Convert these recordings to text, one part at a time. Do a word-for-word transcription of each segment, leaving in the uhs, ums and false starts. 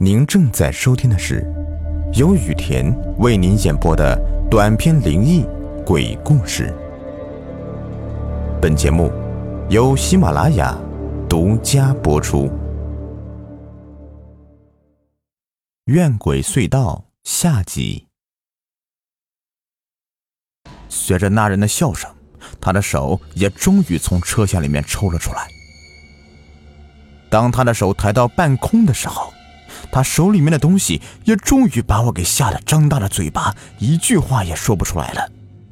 您正在收听的是由雨田为您演播的短篇灵异鬼故事。本节目由喜马拉雅独家播出。怨鬼隧道下集。随着那人的笑声，他的手也终于从车厢里面抽了出来。当他的手抬到半空的时候，他手里面的东西也终于把我给吓得张大了嘴巴，一句话也说不出来了。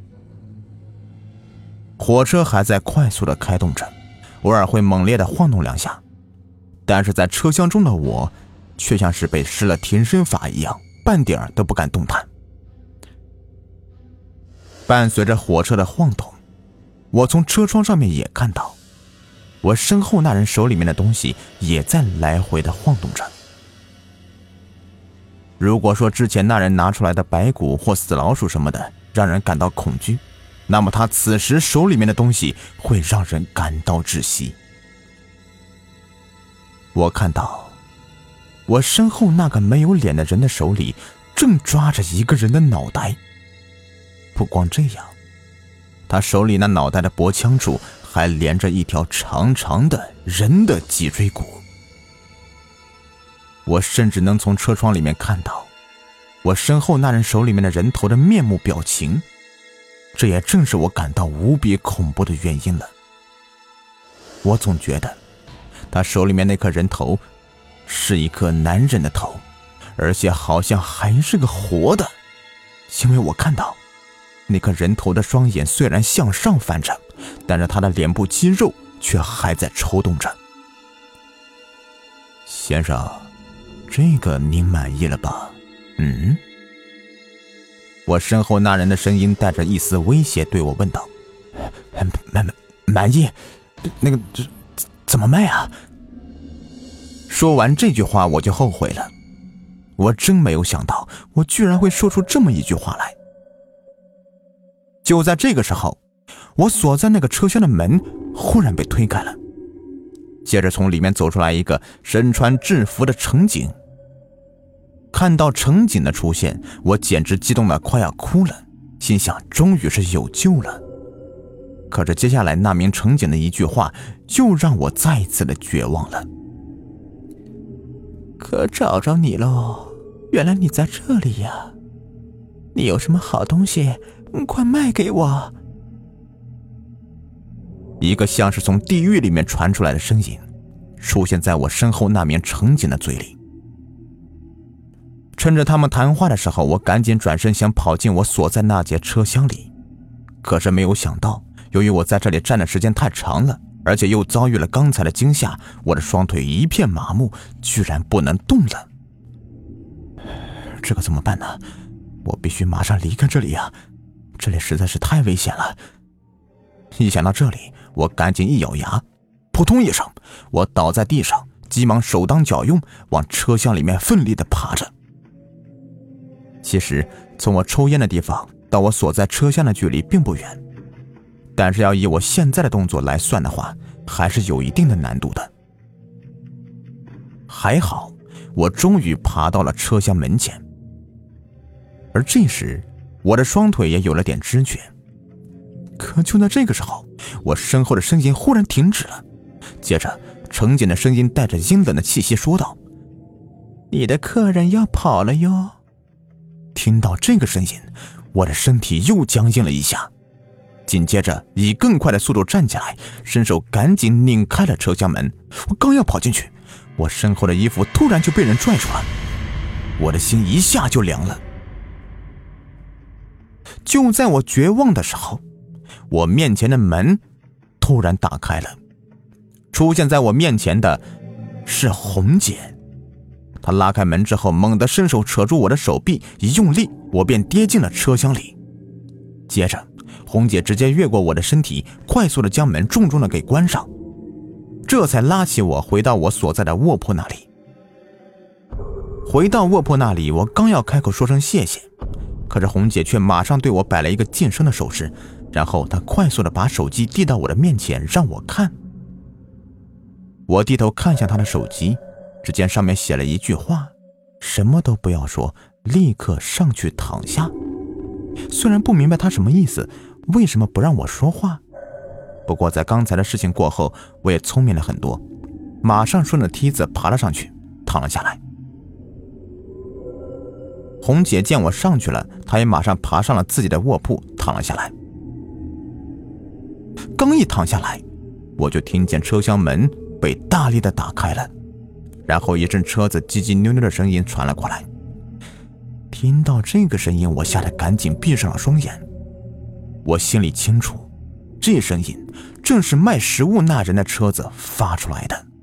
火车还在快速的开动着，偶尔会猛烈的晃动两下，但是在车厢中的我却像是被施了停身法一样，半点都不敢动弹。伴随着火车的晃动，我从车窗上面也看到，我身后那人手里面的东西也在来回的晃动着。如果说之前那人拿出来的白骨或死老鼠什么的让人感到恐惧，那么他此时手里面的东西会让人感到窒息。我看到我身后那个没有脸的人的手里正抓着一个人的脑袋，不光这样，他手里那脑袋的脖腔处还连着一条长长的人的脊椎骨。我甚至能从车窗里面看到我身后那人手里面的人头的面目表情，这也正是我感到无比恐怖的原因了。我总觉得他手里面那颗人头是一颗男人的头，而且好像还是个活的，因为我看到那颗人头的双眼虽然向上翻着，但是他的脸部肌肉却还在抽动着。先生，这个您满意了吧？嗯？我身后那人的声音带着一丝威胁对我问道。满满满意？那个怎么卖啊？说完这句话我就后悔了，我真没有想到我居然会说出这么一句话来。就在这个时候，我所在那个车厢的门忽然被推开了，接着从里面走出来一个身穿制服的乘警。看到乘警的出现，我简直激动得快要哭了，心想终于是有救了。可是接下来那名乘警的一句话又让我再一次的绝望了。可找着你喽，原来你在这里呀，你有什么好东西快卖给我。一个像是从地狱里面传出来的声音出现在我身后那名乘警的嘴里。趁着他们谈话的时候，我赶紧转身想跑进我所在那节车厢里，可是没有想到，由于我在这里站的时间太长了，而且又遭遇了刚才的惊吓，我的双腿一片麻木，居然不能动了。这可怎么办呢？我必须马上离开这里啊，这里实在是太危险了。一想到这里，我赶紧一咬牙，扑通一声，我倒在地上，急忙手当脚用，往车厢里面奋力地爬着。其实从我抽烟的地方到我所在车厢的距离并不远，但是要以我现在的动作来算的话，还是有一定的难度的。还好我终于爬到了车厢门前，而这时我的双腿也有了点知觉。可就在这个时候，我身后的声音忽然停止了，接着乘警的声音带着阴冷的气息说道：你的客人要跑了哟。听到这个声音，我的身体又僵硬了一下，紧接着以更快的速度站起来，伸手赶紧拧开了车厢门。我刚要跑进去，我身后的衣服突然就被人拽住了，我的心一下就凉了。就在我绝望的时候，我面前的门突然打开了，出现在我面前的是红姐。她拉开门之后，猛地伸手扯住我的手臂，一用力，我便跌进了车厢里。接着红姐直接越过我的身体，快速地将门重重地给关上，这才拉起我回到我所在的卧铺那里。回到卧铺那里，我刚要开口说声谢谢，可是红姐却马上对我摆了一个噤声的手势，然后她快速地把手机递到我的面前让我看。我低头看向她的手机，只见上面写了一句话， 什么都不要说，立刻上去躺下。虽然不明白他什么意思，为什么不让我说话，不过在刚才的事情过后，我也聪明了很多，马上顺着梯子爬了上去，躺了下来。红姐见我上去了，她也马上爬上了自己的卧铺，躺了下来。刚一躺下来，我就听见车厢门被大力的打开了，然后一阵车子叽叽扭扭的声音传了过来。听到这个声音，我吓得赶紧闭上了双眼。我心里清楚，这声音正是卖食物那人的车子发出来的。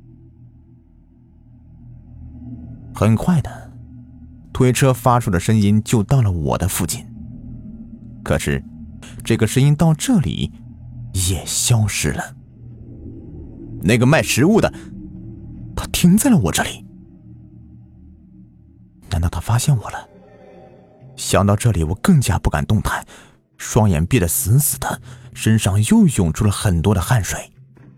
很快的，推车发出的声音就到了我的附近，可是这个声音到这里也消失了。那个卖食物的，他停在了我这里。难道他发现我了？想到这里，我更加不敢动弹，双眼闭得死死的，身上又涌出了很多的汗水。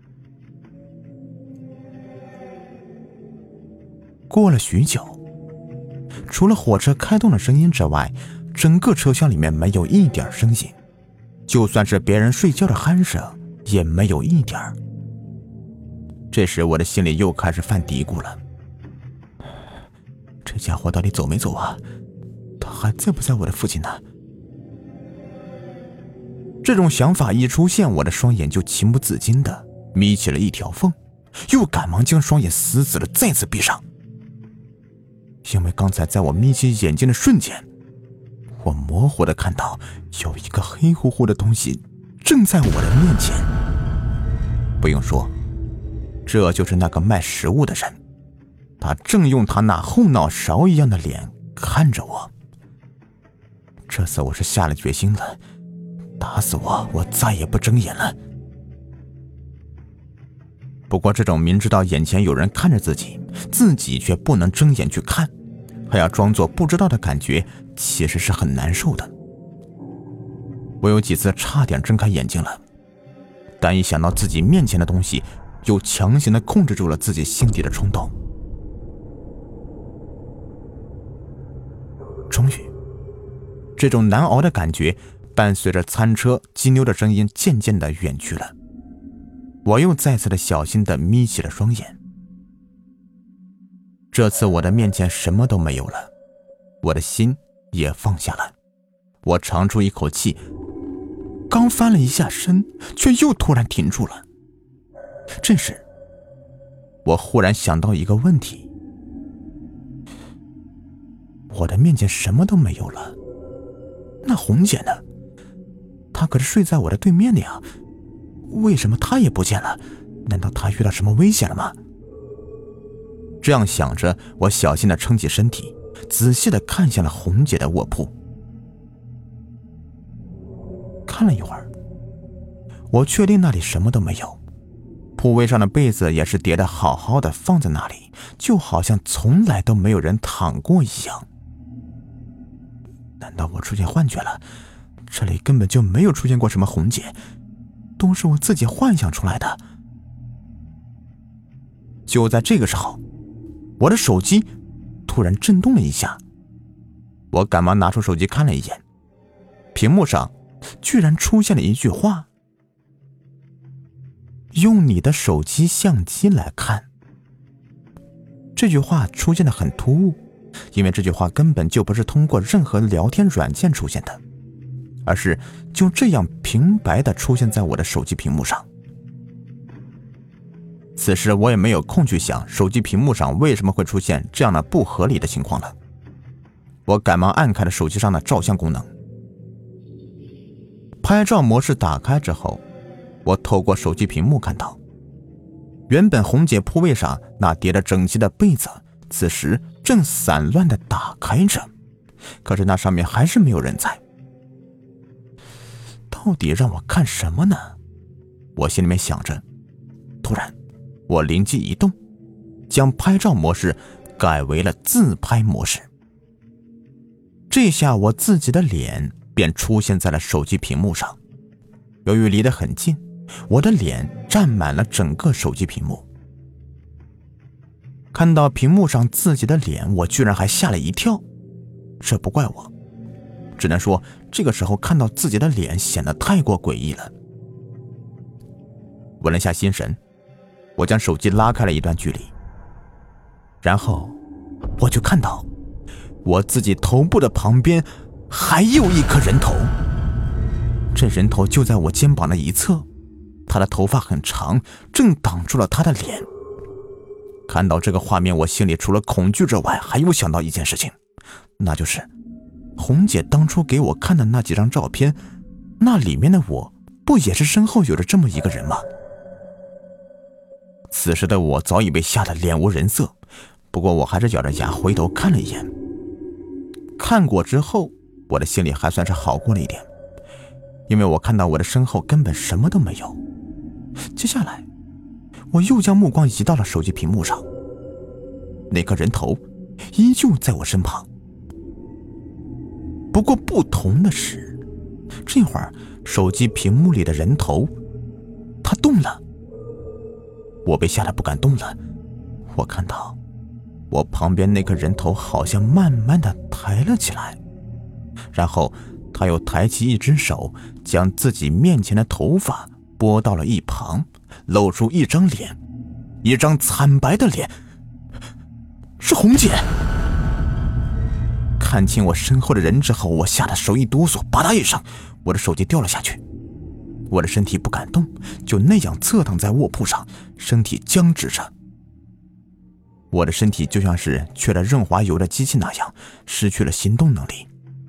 过了许久，除了火车开动的声音之外，整个车厢里面没有一点声音，就算是别人睡觉的鼾声也没有一点。这时我的心里又开始犯嘀咕了，这家伙到底走没走啊？他还在不在我的附近呢？这种想法一出现，我的双眼就情不自禁的眯起了一条缝，又赶忙将双眼死死的再次闭上。因为刚才在我眯起眼睛的瞬间，我模糊的看到有一个黑乎乎的东西正在我的面前。不用说，这就是那个卖食物的人，他正用他那后脑勺一样的脸看着我。这次我是下了决心了，打死我，我再也不睁眼了。不过这种明知道眼前有人看着自己，自己却不能睁眼去看，还要装作不知道的感觉，其实是很难受的。我有几次差点睁开眼睛了，但一想到自己面前的东西，又强行地控制住了自己心底的冲动。终于，这种难熬的感觉伴随着餐车激扭的声音渐渐地远去了。我又再次的小心地眯起了双眼。这次我的面前什么都没有了，我的心也放下了。我长出一口气，刚翻了一下身，却又突然停住了。这时，我忽然想到一个问题：我的面前什么都没有了，那红姐呢？她可是睡在我的对面的呀，为什么她也不见了？难道她遇到什么危险了吗？这样想着，我小心地撑起身体，仔细地看向了红姐的卧铺。看了一会儿，我确定那里什么都没有，铺位上的被子也是叠得好好的放在那里，就好像从来都没有人躺过一样。难道我出现幻觉了？这里根本就没有出现过什么红姐，都是我自己幻想出来的。就在这个时候，我的手机突然震动了一下，我赶忙拿出手机看了一眼，屏幕上居然出现了一句话：用你的手机相机来看。这句话出现得很突兀，因为这句话根本就不是通过任何聊天软件出现的，而是就这样平白地出现在我的手机屏幕上。此时我也没有空去想手机屏幕上为什么会出现这样的不合理的情况了，我赶忙按开了手机上的照相功能。拍照模式打开之后，我透过手机屏幕看到，原本红姐铺位上那叠得整齐的被子，此时正散乱地打开着，可是那上面还是没有人在。到底让我看什么呢？我心里面想着，突然我灵机一动，将拍照模式改为了自拍模式。这下我自己的脸便出现在了手机屏幕上，由于离得很近，我的脸占满了整个手机屏幕。 看到屏幕上自己的脸，我居然还吓了一跳。这不怪我，只能说这个时候看到自己的脸显得太过诡异了。稳了下心神，我将手机拉开了一段距离，然后我就看到我自己头部的旁边还有一颗人头。这人头就在我肩膀的一侧，他的头发很长，正挡住了他的脸。看到这个画面，我心里除了恐惧之外，还有想到一件事情，那就是红姐当初给我看的那几张照片，那里面的我不也是身后有着这么一个人吗？此时的我早已被吓得脸无人色，不过我还是咬着牙回头看了一眼。看过之后，我的心里还算是好过了一点，因为我看到我的身后根本什么都没有。接下来我又将目光移到了手机屏幕上，那个人头依旧在我身旁。不过不同的是，这会儿手机屏幕里的人头他动了。我被吓得不敢动了，我看到我旁边那个人头好像慢慢的抬了起来，然后他又抬起一只手，将自己面前的头发拨到了一旁，露出一张脸，一张惨白的脸，是红姐。看清我身后的人之后，我吓得手一哆嗦，吧嗒一声，我的手机掉了下去。我的身体不敢动，就那样侧躺在卧铺上，身体僵直着。我的身体就像是缺了润滑油的机器那样，失去了行动能力。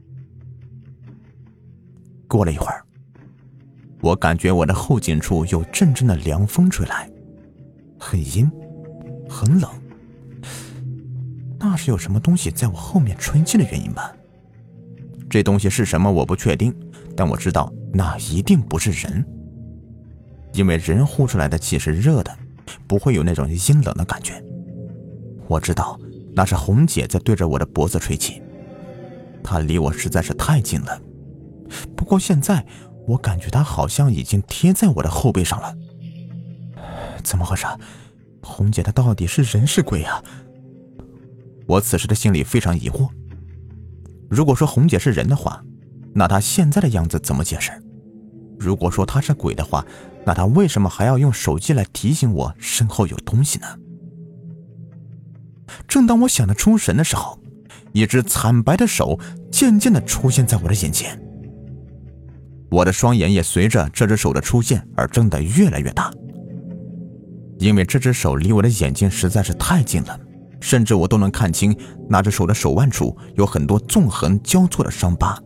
过了一会儿，我感觉我的后颈处有阵阵的凉风吹来，很阴，很冷。那是有什么东西在我后面吹气的原因吧？这东西是什么我不确定，但我知道那一定不是人，因为人呼出来的气是热的，不会有那种阴冷的感觉。我知道那是红姐在对着我的脖子吹气，她离我实在是太近了。不过现在我感觉她好像已经贴在我的后背上了。怎么回事？红姐她到底是人是鬼啊？我此时的心里非常疑惑。如果说红姐是人的话，那她现在的样子怎么解释？如果说她是鬼的话，那她为什么还要用手机来提醒我身后有东西呢？正当我想得出神的时候，一只惨白的手渐渐地出现在我的眼前，我的双眼也随着这只手的出现而睁得越来越大，因为这只手离我的眼睛实在是太近了，甚至我都能看清那只手的手腕处有很多纵横交错的伤疤。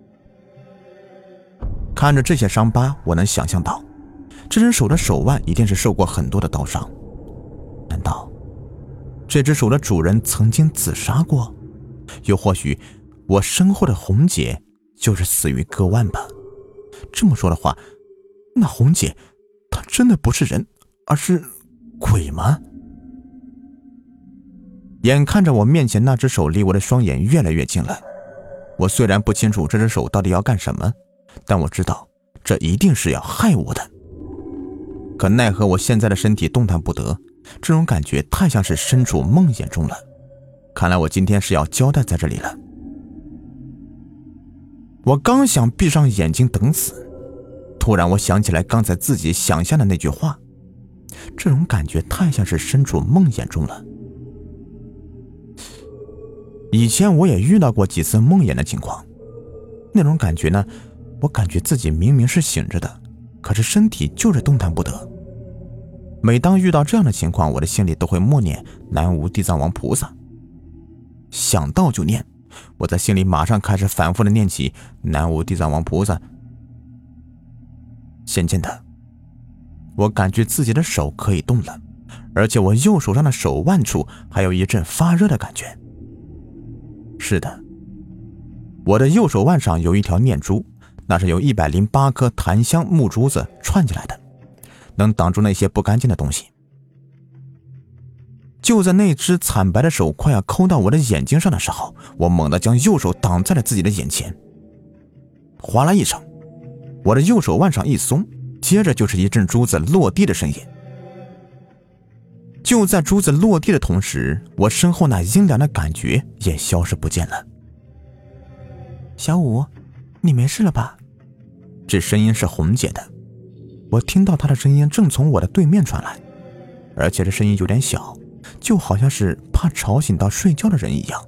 看着这些伤疤，我能想象到这只手的手腕一定是受过很多的刀伤。难道这只手的主人曾经自杀过？又或许我身后的红姐就是死于割腕吧？这么说的话，那红姐她真的不是人，而是鬼吗？眼看着我面前那只手离我的双眼越来越近了，我虽然不清楚这只手到底要干什么，但我知道这一定是要害我的。可奈何我现在的身体动弹不得，这种感觉太像是身处梦魇中了。看来我今天是要交代在这里了。我刚想闭上眼睛等死，突然我想起来刚才自己想象的那句话，这种感觉太像是身处梦魇中了。以前我也遇到过几次梦魇的情况，那种感觉呢，我感觉自己明明是醒着的，可是身体就是动弹不得。每当遇到这样的情况，我的心里都会默念南无地藏王菩萨，想到就念，我在心里马上开始反复的念起南无地藏王菩萨。渐渐的，我感觉自己的手可以动了，而且我右手上的手腕处还有一阵发热的感觉。是的，我的右手腕上有一条念珠，那是由一百零八颗檀香木珠子串起来的，能挡住那些不干净的东西。就在那只惨白的手快要抠到我的眼睛上的时候，我猛地将右手挡在了自己的眼前，哗啦一声，我的右手腕上一松，接着就是一阵珠子落地的声音。 就在珠子落地的同时，我身后那阴凉的感觉也消失不见了。 小五，你没事了吧？ 这声音是红姐的，我听到她的声音正从我的对面传来，而且这声音有点小，就好像是怕吵醒到睡觉的人一样。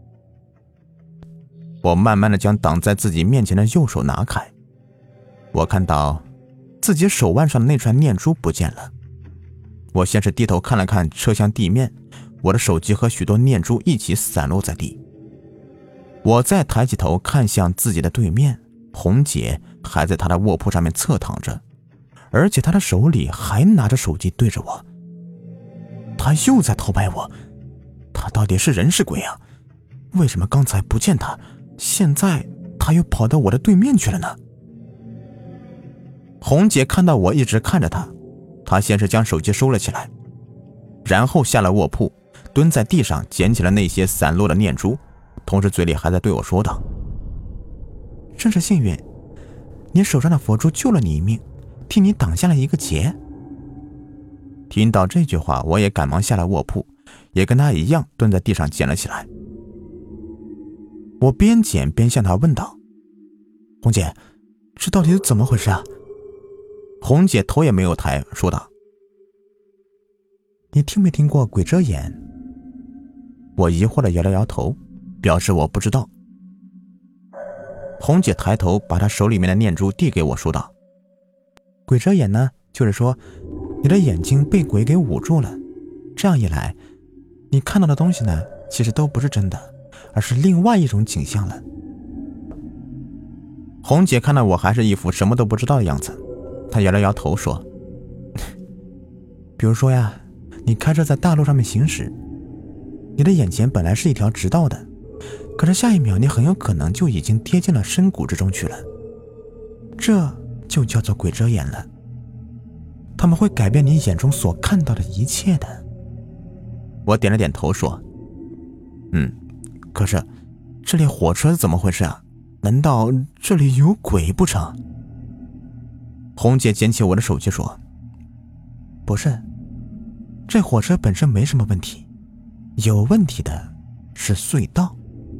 我慢慢的将挡在自己面前的右手拿开，我看到自己手腕上的那串念珠不见了。我先是低头看了看车厢地面，我的手机和许多念珠一起散落在地。我再抬起头看向自己的对面，红姐还在她的卧铺上面侧躺着，而且她的手里还拿着手机对着我。她又在偷拍我，她到底是人是鬼啊？为什么刚才不见她，现在她又跑到我的对面去了呢？红姐看到我一直看着她，她先是将手机收了起来，然后下了卧铺，蹲在地上捡起了那些散落的念珠，同时嘴里还在对我说道： 真是幸运，你手上的佛珠救了你一命，替你挡下了一个劫。 听到这句话，我也赶忙下了卧铺，也跟他一样蹲在地上捡了起来。我边捡边向他问道： 红姐，这到底是怎么回事啊？ 红姐头也没有抬，说道： 你听没听过鬼遮眼？ 我疑惑地摇了摇头，表示我不知道。红姐抬头把她手里面的念珠递给我，说道： 鬼遮眼呢，就是说你的眼睛被鬼给捂住了，这样一来，你看到的东西呢，其实都不是真的，而是另外一种景象了。 红姐看到我还是一副什么都不知道的样子，她摇了摇头说： 比如说呀，你开车在大路上面行驶，你的眼前本来是一条直道的，可是下一秒你很有可能就已经跌进了深谷之中去了，这就叫做鬼遮眼了。他们会改变你眼中所看到的一切的。 我点了点头说：嗯，可是这列火车怎么回事啊？难道这里有鬼不成？红姐捡起我的手机说： 不是，这火车本身没什么问题，有问题的是隧道。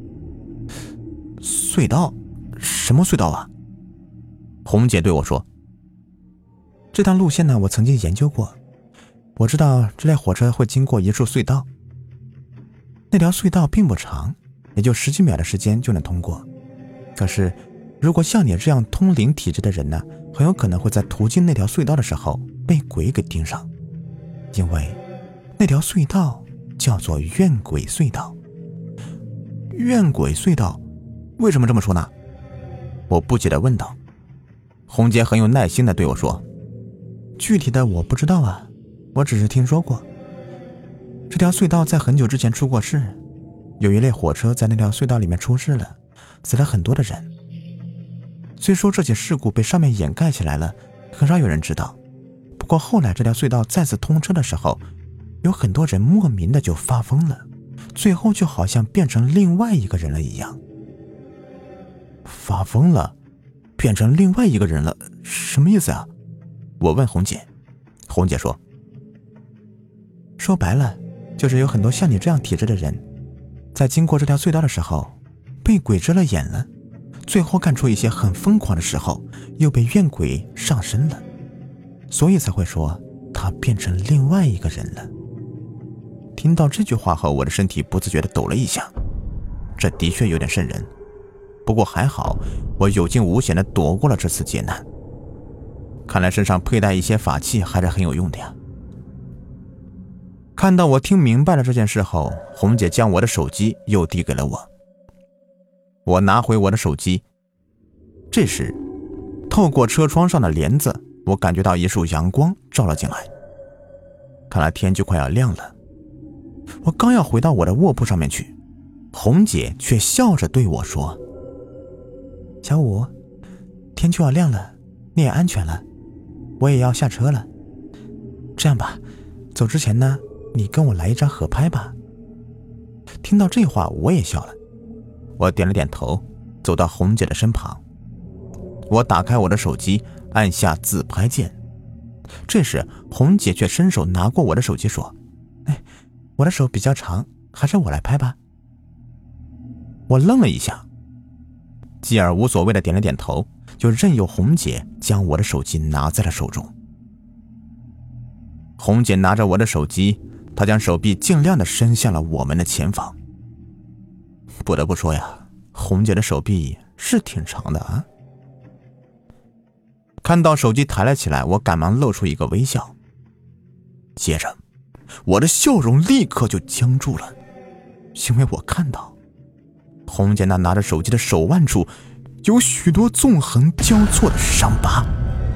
隧道？什么隧道啊？红姐对我说： 这趟路线呢，我曾经研究过，我知道这列火车会经过一处隧道，那条隧道并不长，也就十几秒的时间就能通过。可是如果像你这样通灵体质的人呢，很有可能会在途经那条隧道的时候被鬼给盯上，因为那条隧道叫做怨鬼隧道。 怨鬼隧道？为什么这么说呢？我不解地问道。红姐很有耐心地对我说： 具体的我不知道啊，我只是听说过。这条隧道在很久之前出过事，有一列火车在那条隧道里面出事了，死了很多的人。虽说这起事故被上面掩盖起来了，很少有人知道，不过后来这条隧道再次通车的时候，有很多人莫名的就发疯了，最后就好像变成另外一个人了一样。 发疯了？变成另外一个人了？什么意思啊？我问红姐。红姐说： 说白了，就是有很多像你这样体质的人，在经过这条隧道的时候被鬼遮了眼了，最后干出一些很疯狂的时候又被怨鬼上身了，所以才会说他变成另外一个人了。 听到这句话后，我的身体不自觉地抖了一下，这的确有点瘆人，不过还好我有惊无险地躲过了这次劫难。看来身上佩戴一些法器还是很有用的呀。看到我听明白了这件事后，红姐将我的手机又递给了我。我拿回我的手机，这时透过车窗上的帘子，我感觉到一束阳光照了进来，看来天就快要亮了。我刚要回到我的卧铺上面去，红姐却笑着对我说： 小五，天就要亮了，你也安全了，我也要下车了。这样吧，走之前呢，你跟我来一张合拍吧。听到这话，我也笑了。我点了点头，走到红姐的身旁。我打开我的手机，按下自拍键。这时红姐却伸手拿过我的手机说： 我的手比较长，还是我来拍吧。 我愣了一下，继而无所谓的点了点头，就任由红姐将我的手机拿在了手中。红姐拿着我的手机，她将手臂尽量的伸向了我们的前方。不得不说呀，红姐的手臂是挺长的啊。看到手机抬了起来，我赶忙露出一个微笑，接着我的笑容立刻就僵住了，因为我看到红姐那拿着手机的手腕处有许多纵横交错的伤疤。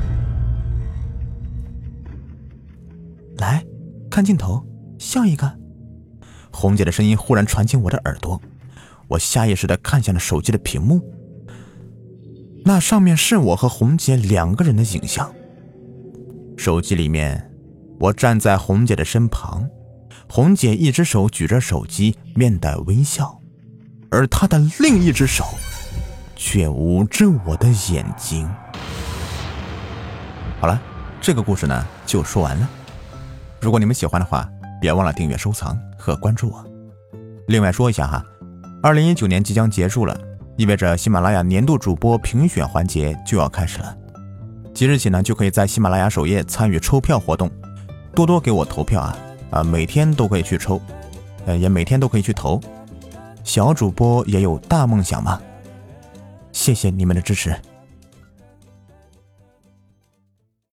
来，看镜头，笑一个。 红姐的声音忽然传进我的耳朵，我下意识地看向了手机的屏幕，那上面是我和红姐两个人的影像。手机里面，我站在红姐的身旁，红姐一只手举着手机，面带微笑，而她的另一只手却捂着我的眼睛。好了，这个故事呢就说完了。如果你们喜欢的话，别忘了订阅、收藏和关注我。另外说一下哈，二零一九年即将结束了，意味着喜马拉雅年度主播评选环节就要开始了。即日起呢，就可以在喜马拉雅首页参与抽票活动，多多给我投票啊！啊，每天都可以去抽，呃，也每天都可以去投。小主播也有大梦想嘛，谢谢你们的支持。